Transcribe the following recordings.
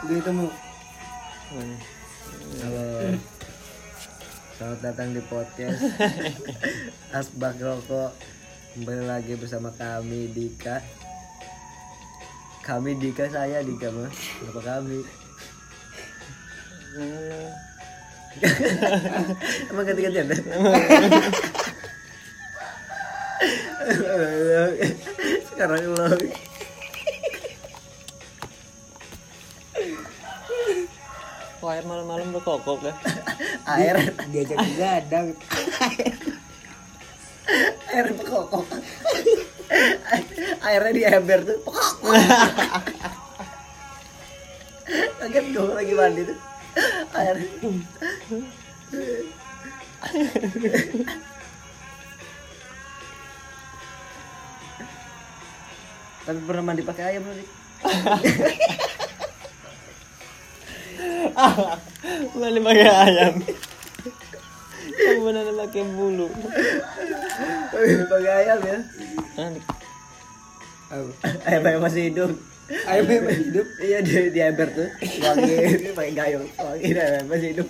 Gitu mu. Mana? Halo. Selamat datang di podcast Asbak Rokok. Kembali lagi bersama kami Dika. Kami Dika, saya Dika mah. Apa kami? Emang ganti-gantian deh. Sekarang lo. Wah, air malam-malam berkokok ya. Air diajak gadang. air berkokok. Airnya di ember tuh. Kaget gue lagi mandi tuh. Air. Tapi pernah mandi pakai ayam tadi? Mandi pakai ayam. Yang benar pakai bulu. Pakai ayam ya? Ayam masih hidup. Ayam masih hidup? Iya, di ember tuh. Wangi pakai gayung. Wangi ayam masih hidup.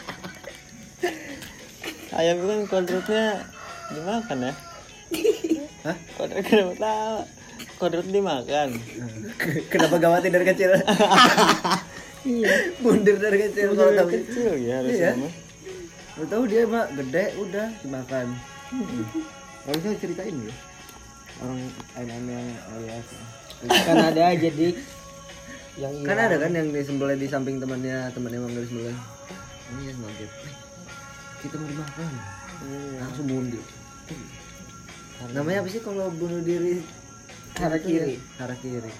Ayam itu kan kodratnya dimakan ya. Hah? Kodrat kenapa tahu? Kodrat dimakan. Kenapa gawat dari kecil? Iya. Mundur dari kecil kalau tahu. Kecil ya harus Iya. sama. Lu tahu dia mah gede udah dimakan. Kalau bisa ceritain ya. Orang ayam yang alias. Kan ada jadi yang Kan ada kan yang disembelih di samping temannya emang dari disembelih. Ini yang ngaget. Kita mau dimakan. Langsung mundur. Namanya apa sih kalau bunuh diri? Harakiri. Harakiri.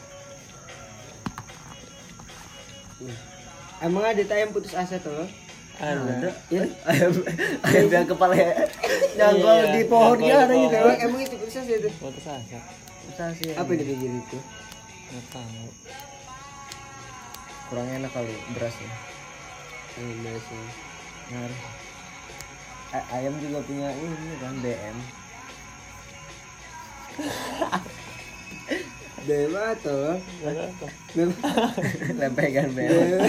Emang ada ayam putus asa tuh? Ada. Ya, ayam yang kepala nyanggol Iya, di pohonnya ada nyanggol gitu. pohon. Emang itu putus asa itu? Putus asa. Sensasi. Apa yang kayak gitu? Nggak tahu. Kurang enak kali berasnya. Ayam biasa. Ngaruh. Ayam juga punya ini kan BM. BM atau Nggak apa. Lempengan BM.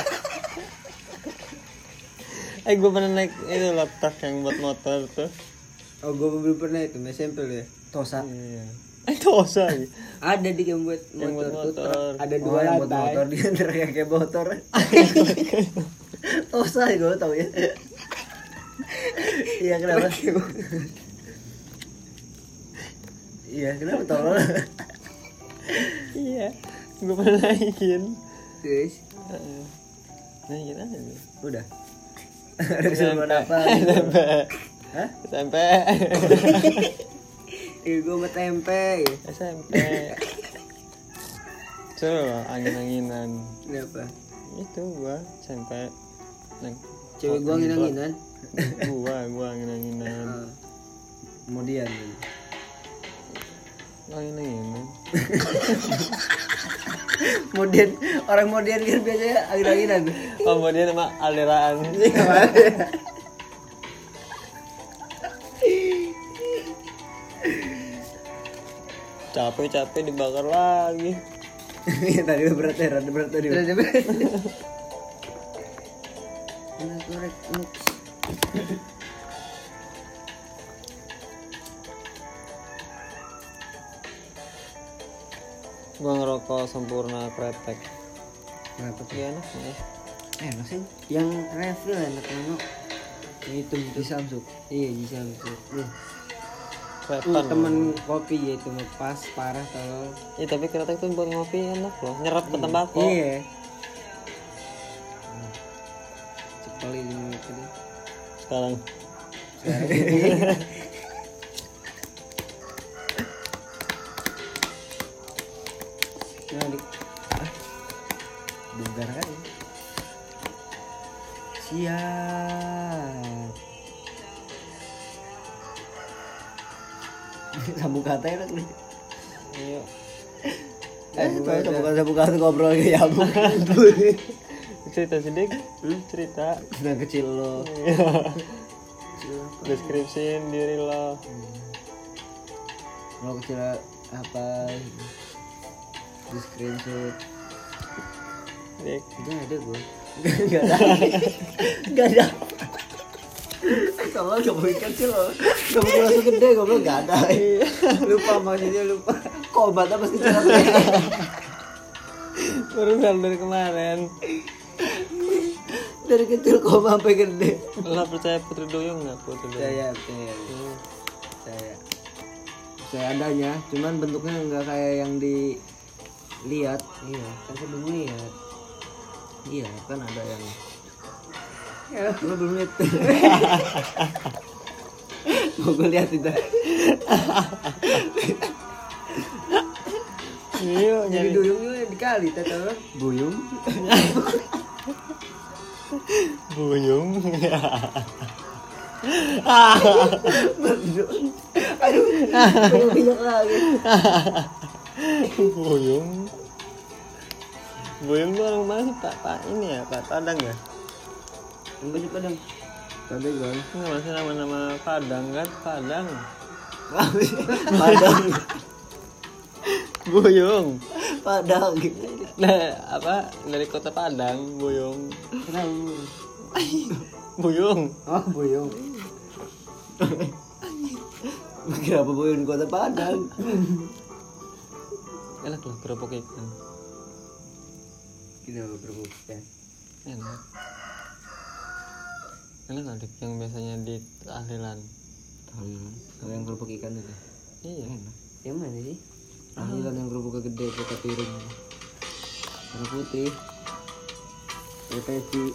Gue pernah naik itu laptop yang buat motor tuh. Oh, gue belum pernah itu, sampel ya. Tosa. Iya. Dosa ya. Ada di yang buat Yang buat motor. Tuh, motor. ada Oh, dua yang buat lantai. motor dia ntar kayak motor. Tosa ya gue tau ya. Iya kenapa? Iya kenapa tolong? Iya. Gue pernah naikin. Terus Naikin aja nih. Udah. Ada keseruan apa? SMP. Hah? SMP. gue sama tempe. SMP. Seru loh, angin-anginan. Kenapa? Itu gua SMP. Naik Cewek gue angin-anginan. Gua angin-anginan. Kemudian Angin-anginan. kemudian orang kemudian kan biasanya angin-anginan. Kemudian sama aliran. Capek-capek dibakar lagi. Iya tadi berat tadi. Nah, korek mux. Gua ngerokok sempurna kretek. Kenapa tuh? Iya enak ya. Enak sih. Yang refill enak banget. Yang itu Di Samsung. Iya di Samsung. Kretek. Temen kopi ya itu mah pas parah kalau. Iya tapi kretek tuh buat ngopi enak loh. Nyerap ke tembakau. Iya. Sekali itu deh. Sekarang. Nah, Bongkar kali. Siap. Sambung kata enak nih. Iya. Sambung kata ngobrol kayak nyambung. Cerita sedikit. Cerita. Tentang kecil lo. Deskripsiin diri lo. Lo kecil apa? Di screenshot. Dik. Gak ada gue. Gak ada. Gak ada. Kalau gak mungkin kecil loh. Gak mungkin langsung gede, goblok gak ada. Lupa maksudnya lupa. Kobatnya pasti cara Baru dari kemarin. dari kecil koma sampai gede. Lo percaya Putri Duyung nggak Putri Duyung? Saya adanya, cuman bentuknya nggak kayak yang dilihat. Iya, kan saya belum lihat. Iya, kan ada yang lu belum lihat. Mau gue lihat itu. Iya, Jadi nyari duyungnya dikali, tahu buyung. Buyung. Aduh, banyak lagi. Buyung. Buyung tuh orang mana sih Pak ini ya Pak Padang ya? Enggak sih Padang. Padang kan. Nggak masih nama-nama Padang kan? Padang. Padang. Buyung. Padang. Nah, apa dari kota Padang, Buyung. Kenapa? Buyung. Oh, buyung. Kenapa buyung di kota Padang? Enak loh kerupuk ikan. Kita berbukti. Enak. Enak kan Dik, yang biasanya di tahlilan. Kalau yang kerupuk ikan itu. Iya. Yang mana sih? Tahlilan yang kerupuknya gede pakai piring. Warna putih. Pepesi.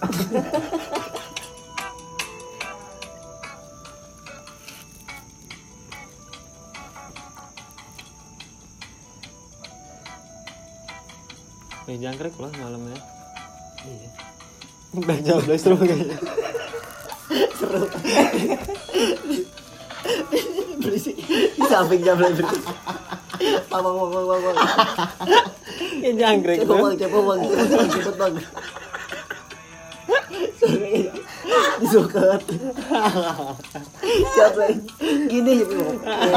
Jangkrik loh malamnya. Iya. Udah jawab seru kayaknya. Berisik. Di samping jam berisik. Bang. Ya jangkrik Cepet bang. Cepet bang. Suaranya disuket. Siapa yang gini ya bang?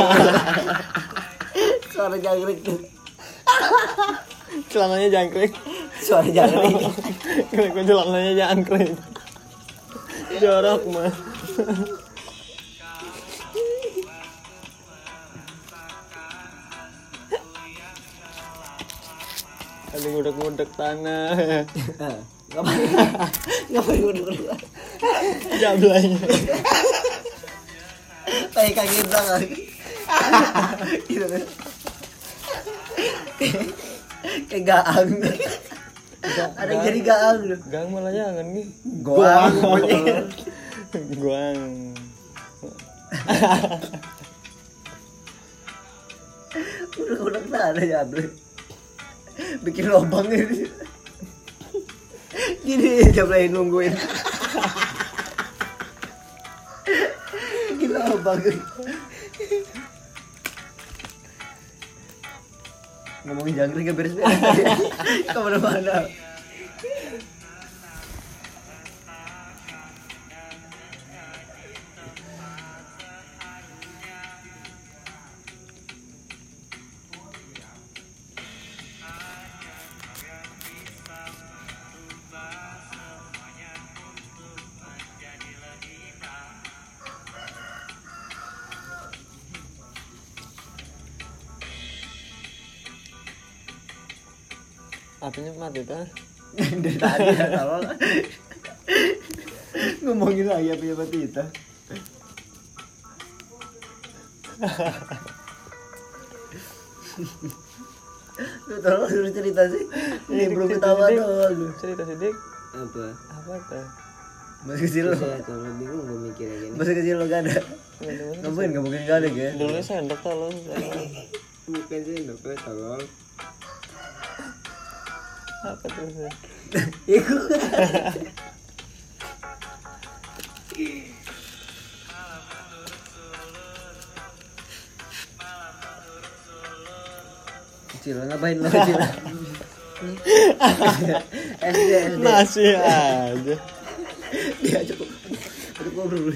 Suara jangkrik. Celananya jangkrik. Suara jangkrik. Kenapa celananya jangkrik? Jorok mah. Ada ngudek-ngudek tanah. Ngapain udah Jablanya. kayak kaki belakang. Gitu kan. Kayak gaang. Ada yang jadi gaang loh. Gang malah jangan nih. Goang. Guang. Udah tanah ya bro. Bikin lubang ini. Gini aja mulai nungguin. Bikin lubang. Ngomongin jangkrik gak beres-beres. Kemana-mana. Apinya mati tuh. Dari tadi ya tolong. Ngomongin lagi apa mati kita. Lu tolong suruh cerita sih. Ini belum ketawa doang. Cerita sidik. Apa? Apa tuh? Masih kecil lo. Saya kalau bingung gue mikirnya gini. Masih kecil lo gak ada. Ngapain gak mungkin gak ada ya? Dulu sendok tuh lo. Bukan sih, dokter tolong. Apa tuh? Iku. Kecil ngapain lo kecil? SD. Masih aja. Dia cukup. Cukup ngobrol.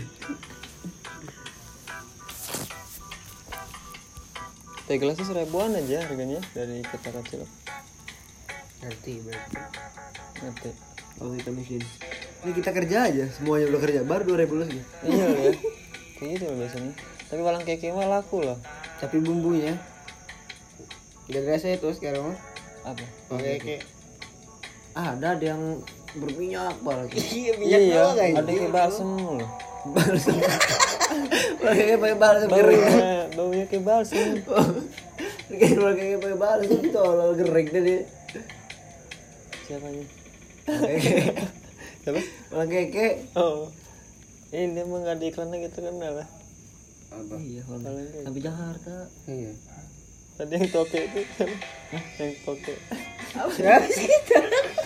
Teh gelasnya 1000-an aja harganya dari kota kecil. Ngerti berarti. Ngerti. Kalau kita miskin. Ini kita kerja aja, semuanya udah kerja. Baru 2000 lagi. Iya ya. Kayak gitu loh biasanya. Tapi walang keke mah laku loh. Tapi bumbunya gara-gara saya tuh sekarang mah Apa? pakai kayak Ada yang berminyak banget. Iya, ada kayak balsem loh. Balsam. Pakai balsam kering. Baunya kayak balsem. Kayak pakai balsam tolol kering tadi. Siapanya? Siapa? Siapa? Orang keke. Oh. Ini emang nggak ada iklannya gitu kan lah. apa? Iya, Paling kayak sampai Jakarta. Iya. Tadi yang toke itu kan. Yang toke. Apa sih itu?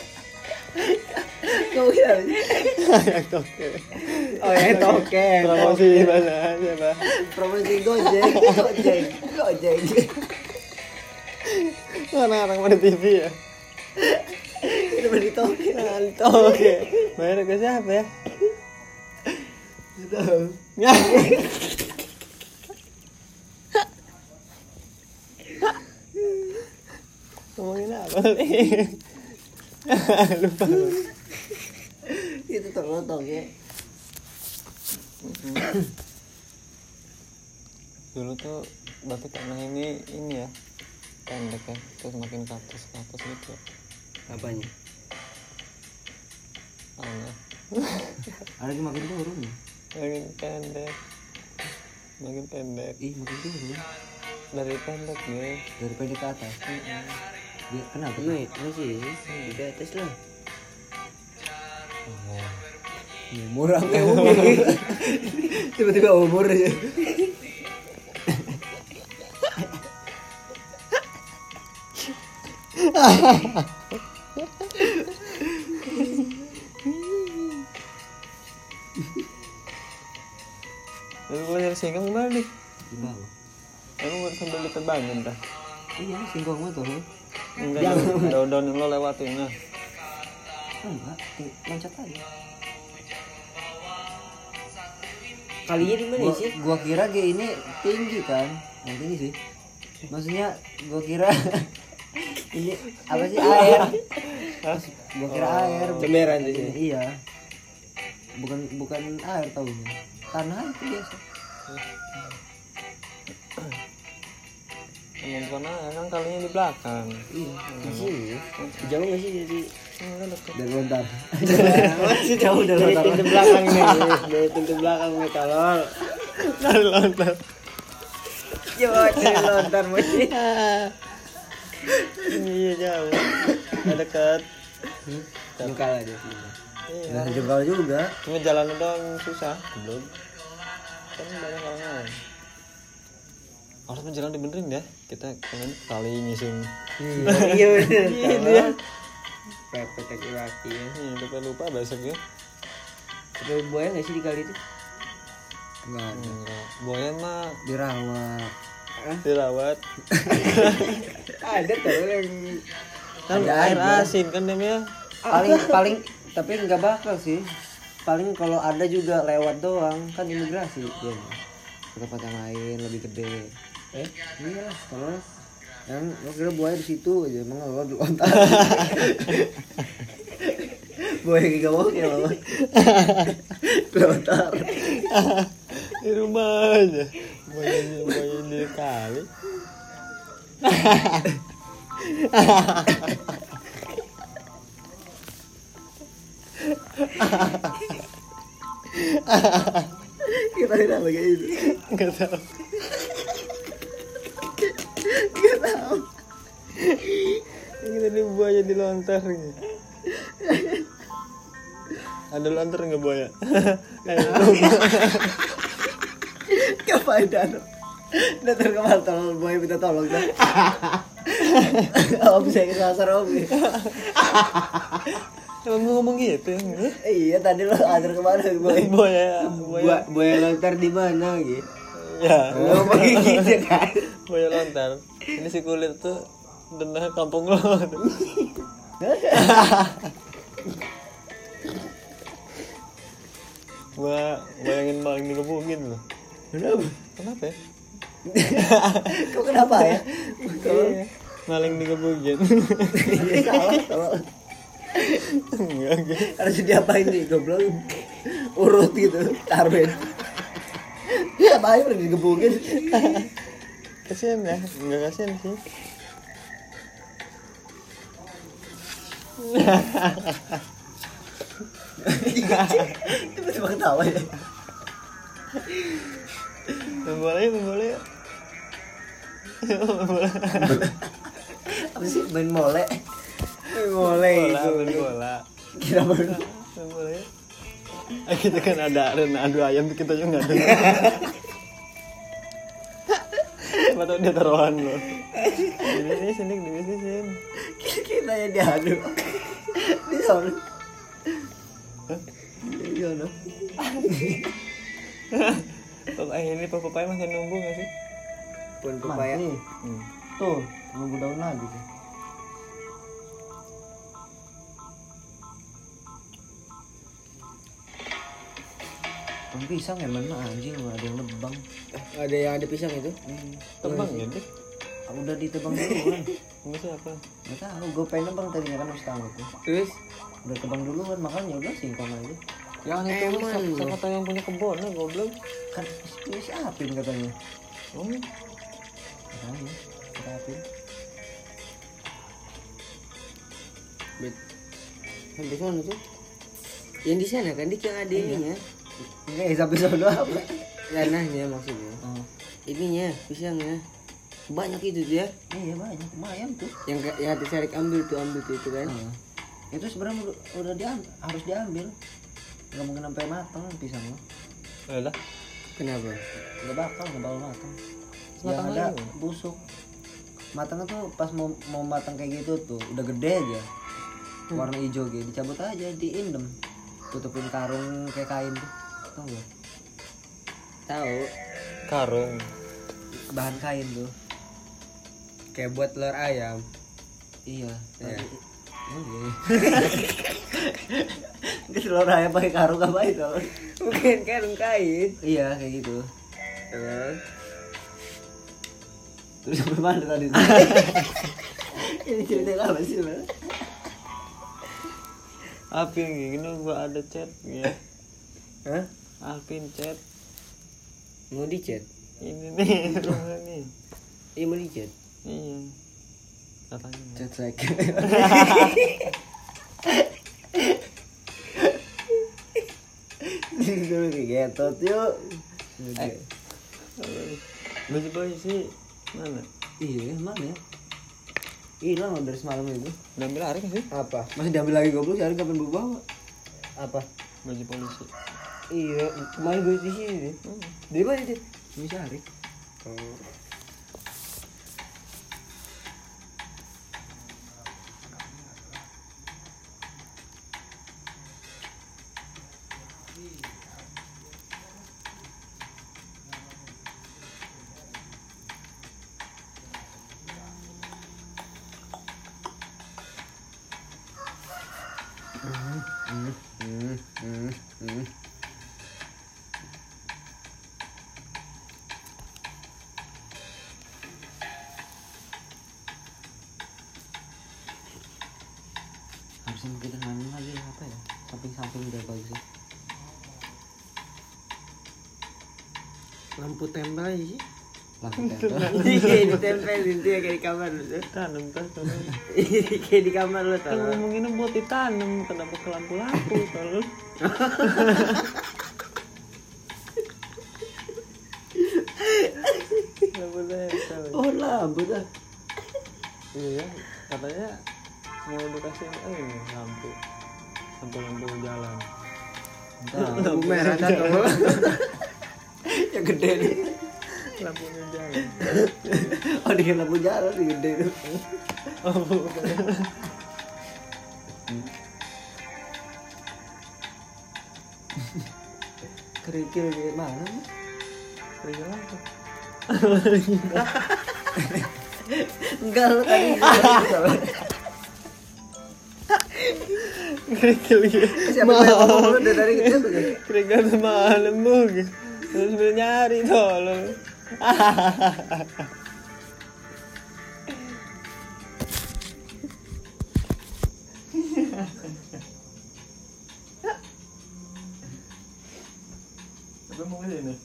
Kau kira Yang toke. Oh ya toke. Promosi di mana aja, Pak. promosi Gojek. Orang-orang pada TV ya. Itu beli toke. Toke. Bayar ke siapa ya? Tahu. Ya. Ngomongin apa nih? Lupa. Itu tolong toke. Dulu tuh Bapak pernah ini ya pendek ya, terus makin ke atas gitu ya. Apanya? Allah. Ada yang makin turun. Makin pendek Ih, makin turun. dari pendek ya. Dari pendek ke atas. Dia kenapa? Ini sih di atas lah. Umur sampai umur. Tiba-tiba umur aja. Lalu kalau nyari singkong gimana nih? Di bawah. Emang nggak sambil diterbangin dah? Iya, singkong mah tuh. Enggak, Jangan. daun-daun yang lo lewatin nah. Enggak, loncat aja. Kalinya di mana sih? Gua kira kayak ini tinggi kan. Yang tinggi sih. Maksudnya gua kira ini apa sih air? Gua kira air. Cemeran di sini. Iya. Bukan air taunya. Tanah itu biasa. Emang bukan air kan kalinya di belakang. Iya. Di sini. Jauh nggak sih dari Kan deket. Dan lontar. masih Jauh dari dari lontar. pintu belakang nih, dari pintu belakang nih kalau Dari lontar. coba dari lontar masih. Iya jauh. Nggak dekat. Buka lah di sini. Iya. Nah, jengkal juga. Cuma jalan doang susah. Belum. Kan banyak orang lain. Harus jalan dibenerin ya. Kita kemarin kali ngising. Iya benar. Iya dia. Pepet laki-laki. Iya, lupa lupa besok ya. Ada buaya nggak sih di kali itu? Enggak. Enggak. Buaya mah Dirawat. dirawat. Ada tuh yang Kan Ada air aja. asin kan namanya. Paling tapi nggak bakal sih. Paling kalau ada juga lewat doang kan imigrasi dia. Ke tempat yang lain lebih gede. Iya lah, kalau yang lo kira buaya di situ aja emang lo lontar. Buaya gak mau ya lo. Lontar. Di rumah aja. Buaya di kali. Kita tidak pakai itu. Enggak tahu. Gak tahu. Ini tadi buaya di lontar nih. Ada lontar nggak buaya? Ngapain Dano? Datang ke mana tolong buaya minta tolong kan? Om saya kesasar om. Emang ngomong gitu ya? Iya tadi lo antar kemana buaya? buaya lontar di mana gitu? Ya. Lo pakai gitu kan? Buaya lontar. Ini si kulit tuh denah kampung lo. Gua bayangin maling dikebungin lo. Kenapa? Kenapa ya? Kok kenapa ya? Iya. Maling digebukin. Salah. Enggak. Harus diapain nih goblok? Urut gitu, Arben. Ngapain udah digebukin? Kasian ya, enggak kasian sih. Tiba-tiba ketawa ya. Memboleh. Apa sih main mole? Main bola. Kira baru. Memboleh. Kita kan ada adu ayam kita juga enggak ada. Atau dia taruhan lo. Ini sini dibisisin. Kita yang diadu. Di sana. Di sana. Ini papaya masih nunggu nggak sih? Pun papaya. Tuh, nunggu daun lagi sih. Pisang ya mana anjing ada yang lebang. Ada yang ada pisang itu? Tebang ya deh. Udah ditebang dulu kan. Enggak sih apa? Nggak tahu, gue pengen nebang tadinya kan harus tahu tuh. Terus Udah tebang dulu kan makanya udah singkong aja. Yang itu sama kata yang punya kebun ya goblok. Kan isi apin katanya. Makanya Kita apin. sampai sana tuh. Yang di sana kan dik yang ada ininya. Enggak, sampai sono apa? Ranahnya maksudnya. Ininya pisangnya. Banyak itu tuh ya. Iya banyak, lumayan tuh. Yang hati Sarik ambil tuh itu kan. Itu sebenarnya udah harus diambil. Nggak mungkin sampai matang pisang lo. udah. Kenapa? Nggak bakal matang. Yang Matang ada lagi. busuk. Matangnya tuh pas mau matang kayak gitu tuh udah gede aja. Warna hijau gitu, dicabut aja, diindem. Tutupin karung kayak kain tuh. Tahu nggak? Tahu. Karung. Bahan kain tuh. Kayak buat telur ayam. Iya. Iya. Oh iya. Itu telur ayam pakai karung apa itu? Bukan karung kain. Iya kayak gitu. Terus Terus sampai mana tadi? Ini cerita apa sih Bang? Alvin gini gua ada chat ya. hah? Alvin chat. Mau dicat? Ini nih rumah nih. Iya mau dicat. Iya. Katanya. Chat like. Dulu kayak getot yuk. Baju boy sih mana? Iya mana ya? Hilang loh dari semalam itu. Udah ambil hari kan sih? Apa? Masih diambil lagi goblok, hari kapan gue bawa? Apa? Baju polisi. Iya, kemarin gue di sini deh. Di mana dia? Bisa hari. Harusnya kita nanam lagi apa ya? Samping-samping udah bagus sih. Lampu tempel aja sih. Lampu tempel. Iya ditempel itu ya kayak di kamar lu tuh. Tanam kan kalau Kayak di kamar lu kan tuh. ngomonginnya buat ditanam, kenapa ke lampu-lampu kalau lampu tempel. Oh lampu dah. Iya, katanya mau dikasih ini lampu jalan. Lampu merah satu. Yang gede nih. Lampunya jalan. Oh dia lampu jalan nih gede tuh. Oh, bukan. Kerikil kayak mana? Kerja apa? Enggak lu tadi. Kerikil gitu. Siapa yang ngomong lu dari tadi gitu tuh kan? Kerikil sama lembut. Terus sambil nyari tolong. Tapi mau ke sini.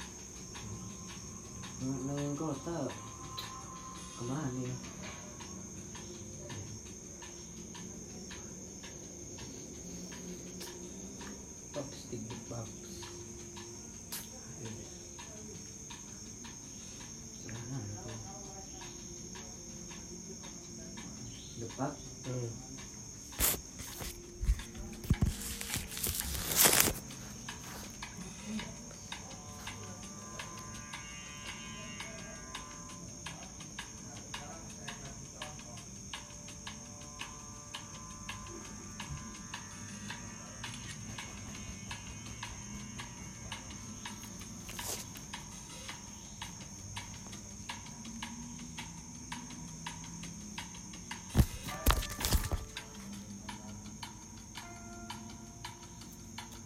Neng kota kemana ya? Box tiga box. Depak.